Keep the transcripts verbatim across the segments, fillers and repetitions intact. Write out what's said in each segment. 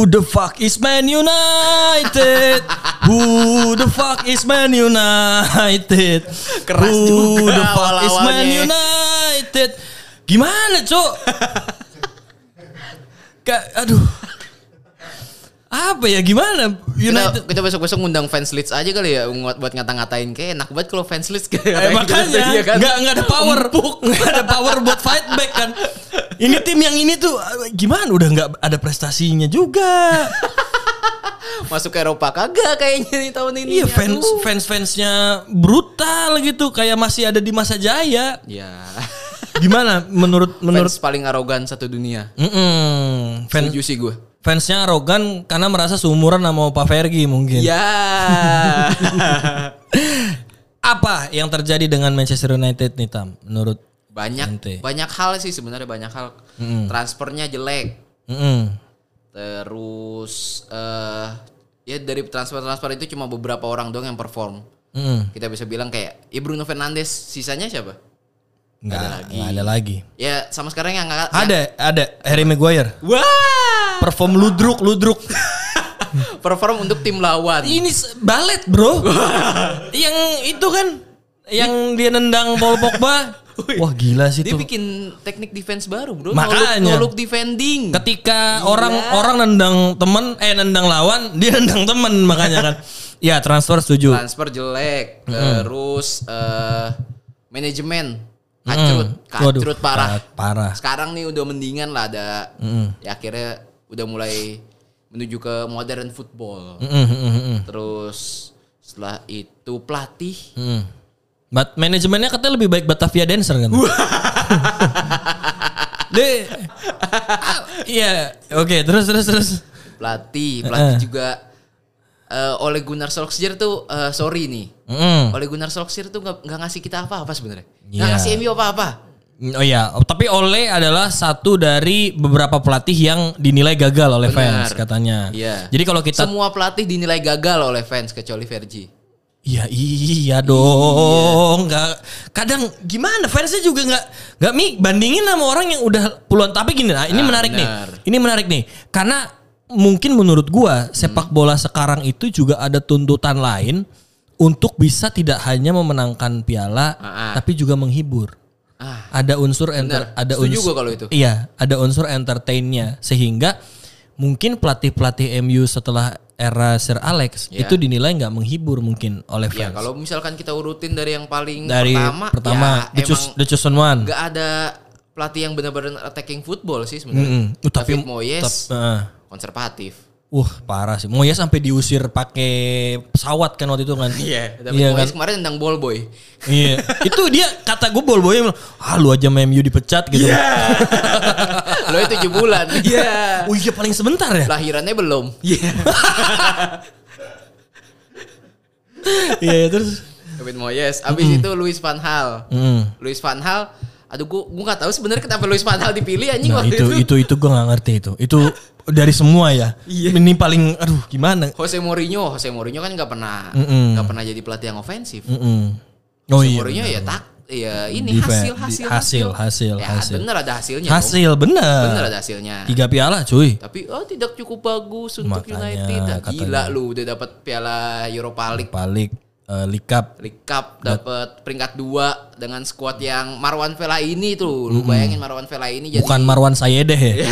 Who the fuck is Man United? Who the fuck is Man United? Keras Who juga the fuck is Man awal-awalnya. United? Gimana, Cok? Kak, aduh. Apa ya, gimana? United. Kita, kita besok-besok ngundang fans Leeds aja kali ya buat, buat ngata-ngatain kayak enak banget kalau fans Leeds kayak Eh, makanya iya kan? nggak nggak ada power, nggak ada power buat fight back kan. Ini tim yang ini tuh gimana? Udah nggak ada prestasinya juga. Masuk ke Eropa kagak kayaknya nih tahun ini. Iya, fans Aduh. fans fansnya brutal gitu, kayak masih ada di masa jaya. Ya. Gimana menurut menurut Fans paling arogan satu dunia. Mm-mm. fans Setuju sih gue. fansnya arogan karena merasa seumuran sama Pak Fergie mungkin. Ya. Apa yang terjadi dengan Manchester United nih, Tam? Menurut Banyak ente? banyak hal sih sebenarnya banyak hal. Mm-mm. Transfernya jelek. Mm-mm. Terus eh ya dari transfer-transfer itu cuma beberapa orang doang yang perform. Mm-mm. Kita bisa bilang kayak ya Bruno Fernandes, sisanya siapa? Nggak ada ada lagi. lagi. Nggak ada lagi. Ya sama sekarang yang nggak Ada, ada Harry Maguire. Wah, Perform ludruk, ludruk. perform untuk tim lawan. Ini se- balet, bro. Yang itu kan, yang dia nendang Paul Pogba. Wah, gila sih Dia tuh. bikin teknik defense baru, bro. Makanya. No look, no look defending. Ketika Gila. orang orang nendang temen, eh nendang lawan, dia nendang temen, makanya kan. Ya, transfer setuju. Transfer jelek, terus eh manajemen kacrut, Mm. kacrut Waduh, parah. parah. Sekarang nih udah mendingan lah ada. Ya akhirnya udah mulai menuju ke modern football. Mm, mm, mm, mm. Terus setelah itu pelatih. Mm. But manajemennya katanya lebih baik Batavia Dancer kan. Deh. Ah, iya, oke, terus terus terus. Pelatih, pelatih Uh. juga eh, Ole Gunnar Solskjaer tuh eh, sorry nih. Mm. Ole Gunnar Solskjaer tuh nggak nggak ngasih kita apa-apa sebenarnya. Nggak Iya. ngasih M U apa-apa. Oh iya, tapi Ole adalah satu dari beberapa pelatih yang dinilai gagal oleh Benar. fans katanya. Iya. Jadi kalau kita Semua pelatih dinilai gagal oleh fans kecuali Fergie. Iya iya dong, nggak kadang gimana fansnya juga nggak nggak mi bandingin sama orang yang udah puluhan, tapi gini, nah ini Ah, menarik benar. nih, ini menarik nih, karena mungkin menurut gua sepak bola sekarang itu juga ada tuntutan lain untuk bisa tidak hanya memenangkan piala, Ah, ah. tapi juga menghibur. Ah, Ada unsur enter, Benar. ada Setuju unsur gua kalau itu. Iya, ada unsur entertainnya sehingga mungkin pelatih-pelatih M U setelah era Sir Alex Ya. itu dinilai nggak menghibur mungkin oleh ya fans. kalau misalkan kita urutin dari yang paling Dari pertama, pertama, ya the, choose, emang the chosen one. nggak ada pelatih yang benar-benar attacking football sih sebenarnya. Mm-mm. Uh, tapi- David Moyes tap- uh. konservatif. Wah, parah sih. Moyes sampai diusir pakai pesawat kan waktu itu kan. Iya, David Iya Moyes kan? kemarin tendang ball boy. Iya. Itu dia kata gue bol boy, ah lu aja sama M U dipecat gitu. Lo itu tujuh bulan. Iya. Oh iya, paling sebentar ya. Lahirannya belum. Iya. Iya, terus David Moyes. Abis itu Louis van Gaal. mm. Louis van Gaal. Aduh, gue gue nggak tahu sebenarnya kenapa Louis van Gaal dipilih anjing Nah, waktu itu itu. itu itu gue nggak ngerti itu. Itu dari semua ya. Iya. Ini paling aduh gimana? Jose Mourinho, Jose Mourinho kan nggak pernah Mm-mm. nggak pernah jadi pelatih yang ofensif. Mm-mm. Oh Jose iya. Mourinho benar, ya benar. tak ya ini Defense, hasil di- hasil hasil, hasil, ya, hasil. bener ada hasilnya. dong. Hasil bener. Bener ada hasilnya. Tiga piala cuy. Tapi oh tidak cukup bagus untuk Makanya, United. Nah, katanya. gila lu udah dapat piala Europa League. Balik uh, League Cup. League Cup dapat peringkat dua dengan skuad yang Marwan Fellaini tuh. Lu bayangin Marwan Fellaini jadi Bukan Marwan Sayedeh ya.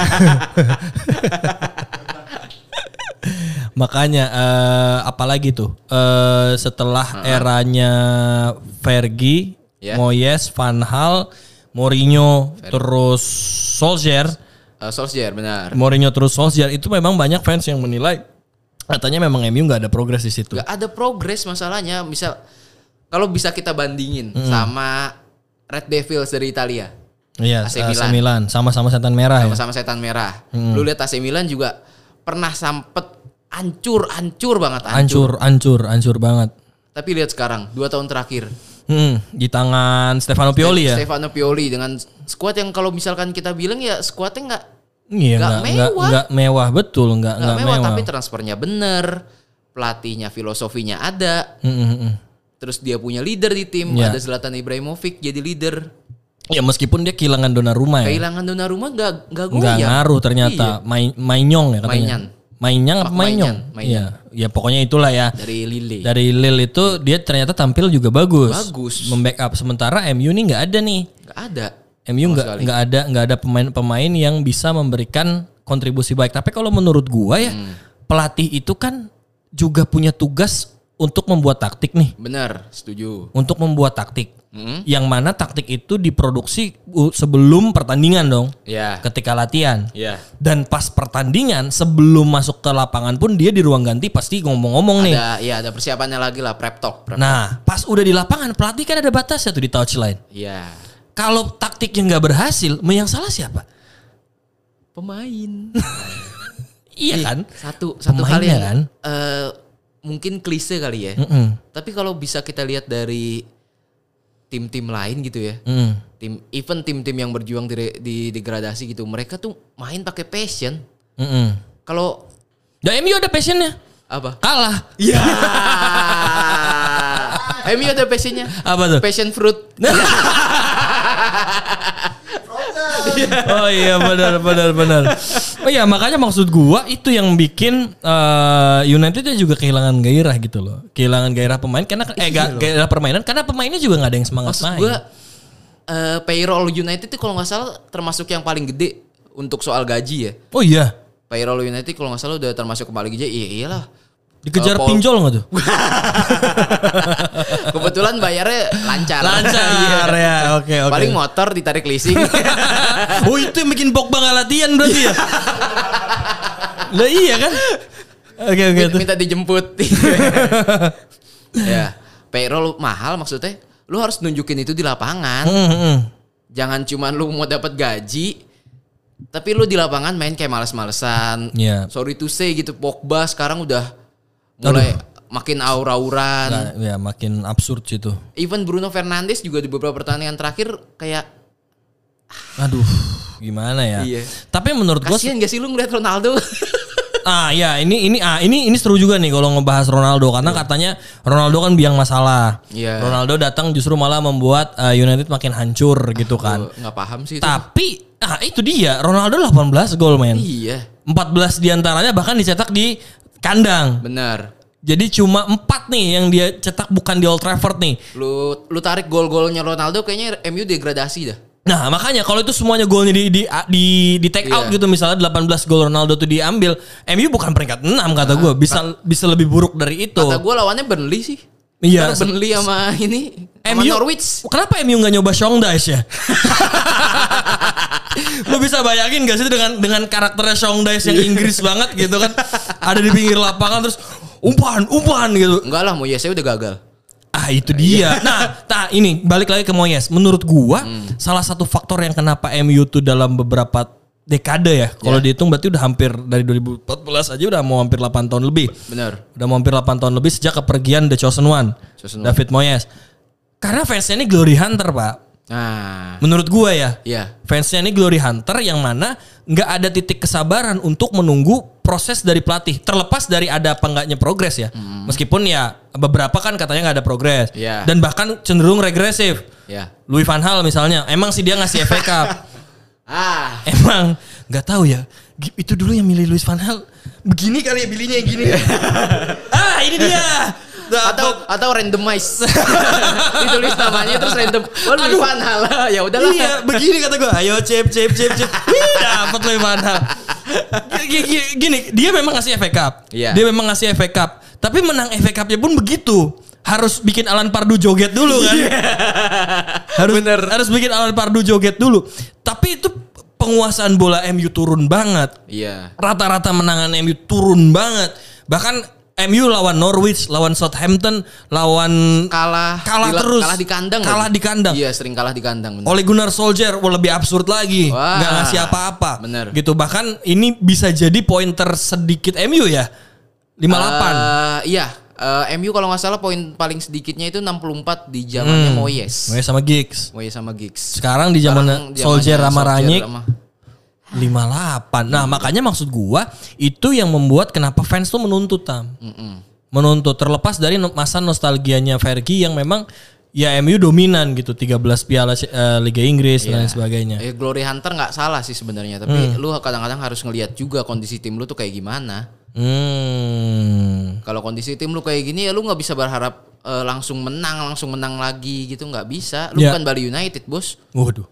Makanya uh, apalagi tuh uh, setelah eranya Fergie, Ya. Moyes, Van Gaal, Mourinho, terus Solskjaer, Eh, Solskjaer benar. Mourinho terus Solskjaer, itu memang banyak fans yang menilai katanya memang M U nggak ada progres di situ. Gak ada progres masalahnya. Misal kalau bisa kita bandingin sama Red Devils dari Italia. Iya, A C A C Milan. Milan sama-sama setan merah ya. Sama-sama setan merah. Lu lihat A C Milan juga pernah sempet hancur, hancur banget hancur. Hancur, hancur, hancur banget. Tapi lihat sekarang, dua tahun terakhir. Hmm, di tangan Stefano Pioli ya. Stefano Pioli dengan skuad yang kalau misalkan kita bilang ya skuadnya nggak Iya, nggak nggak nggak mewah. nggak mewah betul, nggak nggak nggak mewah, mewah. tapi transfernya bener, pelatihnya filosofinya ada, Hmm, hmm, hmm. terus dia punya leader di tim, Ya. ada Zlatan Ibrahimovic jadi leader. Ya meskipun dia kehilangan Donnarumma ya. Kehilangan Donnarumma gak, gak goyang. Nggak ngaruh ternyata. Iya. Main, Mainyong ya katanya. Mainyan. Mainyang apa Mak- Mainyong? Mainyan, Iya, ya pokoknya itulah ya. Dari Lille. Dari Lille itu dia ternyata tampil juga bagus. Bagus. Membackup sementara M U nih nggak ada nih. Gak ada. M U nggak nggak ada nggak ada pemain-pemain yang bisa memberikan kontribusi baik. Tapi kalau menurut gua ya hmm. pelatih itu kan juga punya tugas untuk membuat taktik nih. Benar, setuju. Untuk membuat taktik. Hmm. Yang mana taktik itu diproduksi sebelum pertandingan dong. Ya. Ketika latihan. Ya. Dan pas pertandingan sebelum masuk ke lapangan pun dia di ruang ganti pasti ngomong-ngomong nih. Ada, iya ada persiapannya lagi lah, prep talk. Prep Nah, pas udah di lapangan pelatih kan ada batasnya tuh di touchline. Iya. Kalau taktiknya nggak berhasil, yang salah siapa? Pemain. Iya kan? Satu satu Pemainnya kali yang, kan? eh, mungkin klise kali ya. Mm-mm. Tapi kalau bisa kita lihat dari tim-tim lain gitu ya. Mm. Tim even tim-tim yang berjuang di, di degradasi gitu, mereka tuh main pakai passion. Mm-mm. Kalau Dan M U ada passionnya. apa? Kalah. Ya. M U ada passionnya. Apa tuh? Passion fruit. Oh iya benar benar benar. Oh iya makanya maksud gua itu yang bikin uh, United juga kehilangan gairah gitu loh. Kehilangan gairah pemain karena eh ga, gairah permainan karena pemainnya juga nggak ada yang semangat Maksud main. gue uh, payroll United itu kalau nggak salah termasuk yang paling gede untuk soal gaji ya. Oh iya. Payroll United kalau nggak salah udah termasuk yang paling gede. Iya iyalah. Dikejar Uh, Paul- pinjol nggak tuh? Kebetulan bayarnya lancar. Lancar ya. Oke oke. Paling motor ditarik leasing. Oh itu yang bikin Pogba nggak latihan berarti ya? Lah iya kan? Oke oke. minta, minta dijemput. Ya, payroll mahal maksudnya. Lu harus nunjukin itu di lapangan. Hmm, hmm. Jangan cuma lu mau dapat gaji, tapi lu di lapangan main kayak males-malesan. Iya. Sorry to say gitu, Pogba sekarang udah mulai Aduh. makin aura-auran. Nah, ya makin absurd sih itu. Even Bruno Fernandes juga di beberapa pertandingan terakhir kayak Aduh, gimana ya? Iya. Tapi menurut gua kasian gak sih lu ngeliat Ronaldo? ah ya ini ini ah ini ini seru juga nih kalau ngebahas Ronaldo karena yeah. katanya Ronaldo kan biang masalah. Yeah. Ronaldo datang justru malah membuat uh, United makin hancur gitu kan. Nggak paham sih itu. Tapi ah itu dia Ronaldo delapan belas gol men. Iya. empat belas diantaranya bahkan dicetak di kandang. Benar. Jadi cuma empat nih yang dia cetak bukan di Old Trafford nih. Lu lu tarik gol-golnya Ronaldo kayaknya M U degradasi dah. Nah makanya kalau itu semuanya golnya di di di, di take out Iya. gitu misalnya delapan belas gol Ronaldo tuh diambil, M U bukan peringkat enam kata gue, bisa bisa lebih buruk dari itu. Kata gue lawannya Burnley sih. Iya. Karena Burnley sama ini sama M U Norwich. Kenapa M U nggak nyoba Shongdash ya? Lu bisa bayangin gak sih dengan dengan karakternya Shongdash yang Inggris banget gitu kan, ada di pinggir lapangan terus umpan umpan gitu. Enggak lah, Moyes udah gagal. Ah itu dia. Nah, tak ini balik lagi ke Moyes. Menurut gua hmm. salah satu faktor yang kenapa M U tuh dalam beberapa dekade ya. Kalau yeah. dihitung berarti udah hampir dari dua ribu empat belas aja udah mau hampir delapan tahun lebih. Benar. Udah mau hampir delapan tahun lebih sejak kepergian The Chosen One, Chosen One. David Moyes. Karena fansnya ini glory hunter, Pak. Nah, menurut gua ya. Iya. Fansnya ini glory hunter yang mana nggak ada titik kesabaran untuk menunggu proses dari pelatih. Terlepas dari ada apa enggaknya progres ya. Hmm. Meskipun ya beberapa kan katanya nggak ada progres. Yeah. Dan bahkan cenderung regresif. Yeah. Louis van Gaal misalnya, emang sih dia ngasih F A Cup. ah, Emang nggak tahu ya. Itu dulu yang milih Louis van Gaal begini kali ya, pilihnya yang gini. ah ini dia. atau atau randomize. Ditulis namanya terus random. Oh, Louis van Gaal. Ya udahlah. Iya, begini kata gue. Ayo cep cep cep cep. Wih, dapat Louis van Gaal. Gini, dia memang ngasih F A Cup. Iya. Dia memang ngasih F A Cup. Tapi menang F A Cup-nya pun begitu. Harus bikin Alan Pardew joget dulu kan. harus Bener. harus bikin Alan Pardew joget dulu. Tapi itu penguasaan bola M U turun banget. Iya. Rata-rata menangan M U turun banget. Bahkan M U lawan Norwich, lawan Southampton, lawan kalah kalah di, terus. Kalah di kandang. Kalah lagi. di kandang. Iya, sering kalah di kandang. Bener. Ole Gunnar Solskjaer wah, lebih absurd lagi. Wah. Nggak ngasih apa-apa. Bener. Gitu. Bahkan ini bisa jadi pointer sedikit M U ya. lima puluh delapan. Uh, iya. Uh, M U kalau nggak salah poin paling sedikitnya itu enam puluh empat di zamannya hmm. Moyes. Moyes sama Giggs. Moyes sama Giggs. Sekarang di zaman Solskjaer sama Rangnick sama... lima puluh delapan. Nah, makanya maksud gua itu yang membuat kenapa fans tuh menuntut Tam. Mm-mm. Menuntut terlepas dari masa nostalgianya Fergie yang memang ya M U dominan gitu, tiga belas piala uh, Liga Inggris yeah. dan lain sebagainya. Eh, Glory Hunter nggak salah sih sebenarnya, tapi hmm. lu kadang-kadang harus ngelihat juga kondisi tim lu tuh kayak gimana. Hmm. Kalau kondisi tim lu kayak gini ya lu nggak bisa berharap uh, langsung menang, langsung menang lagi gitu, nggak bisa. Lu yeah. bukan Bali United, Bos. Waduh.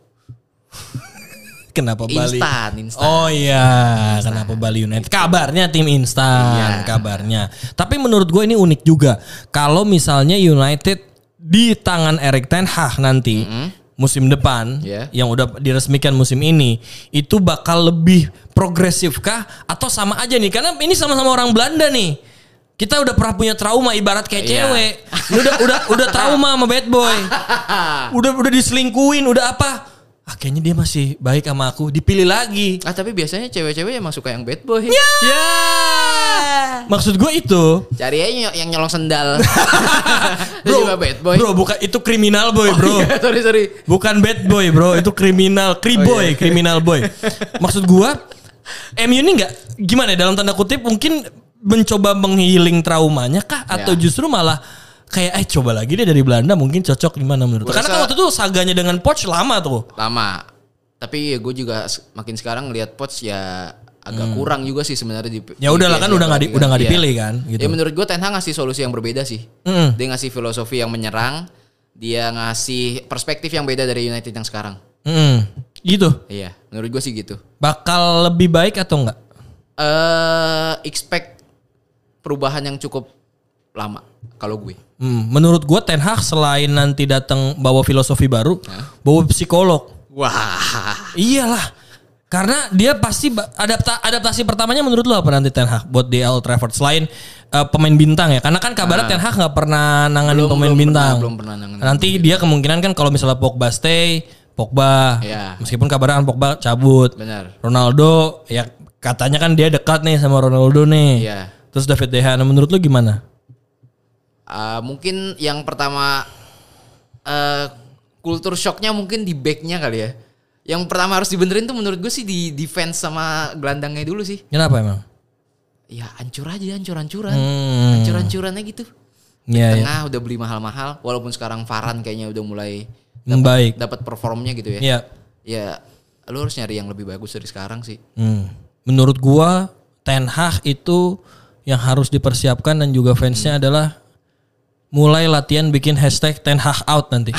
Kenapa Bali? Instan, instan. Oh iya, instan. Kenapa Bali United? Kabarnya tim instan, iya. kabarnya. Tapi menurut gue ini unik juga. Kalau misalnya United di tangan Erik ten Hag nanti mm-hmm. musim depan, yeah. yang udah diresmikan musim ini, itu bakal lebih progresif kah? Atau sama aja nih? Karena ini sama-sama orang Belanda nih. Kita udah pernah punya trauma ibarat kayak yeah. cewek. Udah udah udah trauma sama bad boy. Udah udah diselingkuin, udah apa? Ah, kayaknya dia masih baik sama aku, dipilih lagi. Ah tapi biasanya cewek-cewek emang suka yang bad boy. Ya. Yeah. Maksud gue itu. Cari aja yang nyolong sendal. Bro, juga bad boy. Bro, bukan itu kriminal boy, bro. Oh, iya, sorry sorry. Bukan bad boy, bro. Itu kriminal, kriboy, oh, iya. kriminal boy. Maksud gue, M U ini nggak gimana ya, dalam tanda kutip mungkin mencoba menghealing traumanya kah, atau ya. justru malah kayak eh coba lagi deh dari Belanda mungkin cocok gimana menurut lu? Karena kan waktu itu saganya dengan Poch lama tuh. Lama. Tapi gue juga makin sekarang ngelihat Poch ya agak hmm. kurang juga sih sebenarnya di. Ya udahlah kan udah nggak di, udah nggak dipilih kan. Gitu. Ya menurut gue Ten Hag ngasih solusi yang berbeda sih. Hmm. Dia ngasih filosofi yang menyerang. Dia ngasih perspektif yang beda dari United yang sekarang. Hmm. Gitu. Iya, menurut gue sih gitu. Bakal lebih baik atau enggak? Eh, uh, expect perubahan yang cukup lama kalau gue. Hmm, menurut gue Ten Hag selain nanti datang bawa filosofi baru, Hah? bawa psikolog. Wah, iyalah. Karena dia pasti adapta, adaptasi pertamanya menurut lo apa nanti Ten Hag buat di Old Trafford selain uh, pemain bintang ya? Karena kan kabarnya nah, Ten Hag nggak pernah nanganin belum, pemain belum bintang. Pernah, belum pernah nanganin. Nanti dia kemungkinan kan kalau misalnya Pogba stay, Pogba. Ya. Meskipun kabarnya kan Pogba cabut. Benar. Ronaldo ya katanya kan dia dekat nih sama Ronaldo nih. Iya. Terus David De Gea, nah menurut lo gimana? Uh, mungkin yang pertama uh, kultur shocknya mungkin di backnya kali ya. Yang pertama harus dibenerin tuh menurut gue sih di defense sama gelandangnya dulu sih. Kenapa emang? Ya hancur aja, hancur-hancuran. Hmm. Hancur-hancurannya gitu. Ya, di tengah ya. udah beli mahal-mahal. Walaupun sekarang Varane kayaknya udah mulai baik, dapat performnya gitu ya. Ya. Ya lu harus nyari yang lebih bagus dari sekarang sih. Hmm. Menurut gua Ten Hag itu yang harus dipersiapkan dan juga fansnya hmm. adalah mulai latihan bikin hashtag Ten Hag out nanti.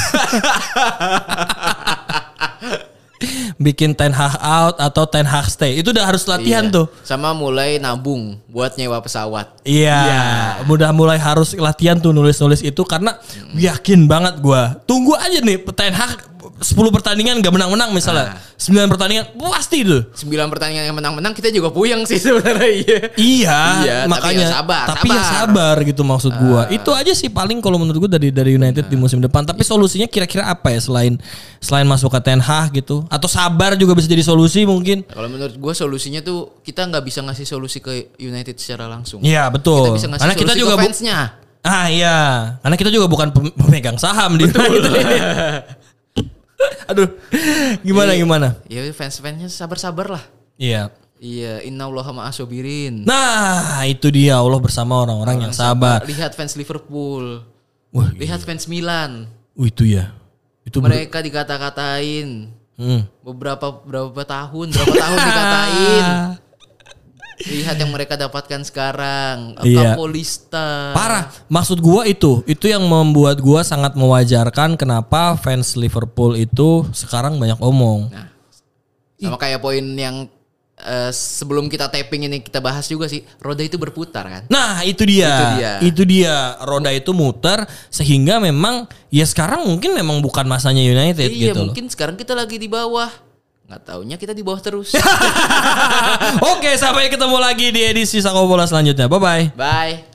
Bikin Ten Hag out atau Ten Hag stay. Itu udah harus latihan iya. tuh. Sama mulai nabung buat nyewa pesawat. Iya. iya. Udah mulai harus latihan tuh nulis-nulis itu karena hmm. yakin banget gua. Tunggu aja nih Ten Hag sepuluh pertandingan gak menang-menang misalnya. Nah. sembilan pertandingan pasti tuh. sembilan pertandingan yang menang-menang kita juga puyeng sih sebenarnya. Iya. Iya, iya makanya tapi ya sabar, tapi sabar. ya sabar gitu maksud gua. Uh. Itu aja sih paling kalau menurut gua dari dari United uh. di musim depan. Tapi solusinya kira-kira apa ya selain selain masuk ke Ten Hag gitu? Atau sabar juga bisa jadi solusi mungkin? Kalau menurut gua solusinya tuh kita nggak bisa ngasih solusi ke United secara langsung. Iya, betul. Kita bisa ngasih Karena solusi kita juga ke fansnya. Bu- ah iya, karena kita juga bukan pemegang saham di United. Aduh, gimana ya, gimana? Ya fans-fansnya sabar-sabar lah. Iya. Iya, innallaha ma'as-sabirin. Nah, itu dia Allah bersama orang-orang yang sabar. sabar. Lihat fans Liverpool. Wah, lihat iya. fans Milan. Oh, itu ya. Itu mereka ber- dikata-katain. Hmm. Beberapa berapa tahun, berapa tahun dikatain. Lihat yang mereka dapatkan sekarang. Iya. Kapolista. Parah. Maksud gua itu, itu yang membuat gua sangat mewajarkan kenapa fans Liverpool itu sekarang banyak omong. Nah, sama kayak poin yang uh, sebelum kita taping ini kita bahas juga sih, roda itu berputar kan. Nah, itu dia. Itu dia. Itu dia. Roda itu muter sehingga memang ya sekarang mungkin memang bukan masanya United iya, gitu loh. Iya, mungkin sekarang kita lagi di bawah. Nggak taunya kita di bawah terus. Oke, sampai ketemu lagi di edisi Sako Bola selanjutnya. Bye-bye. Bye.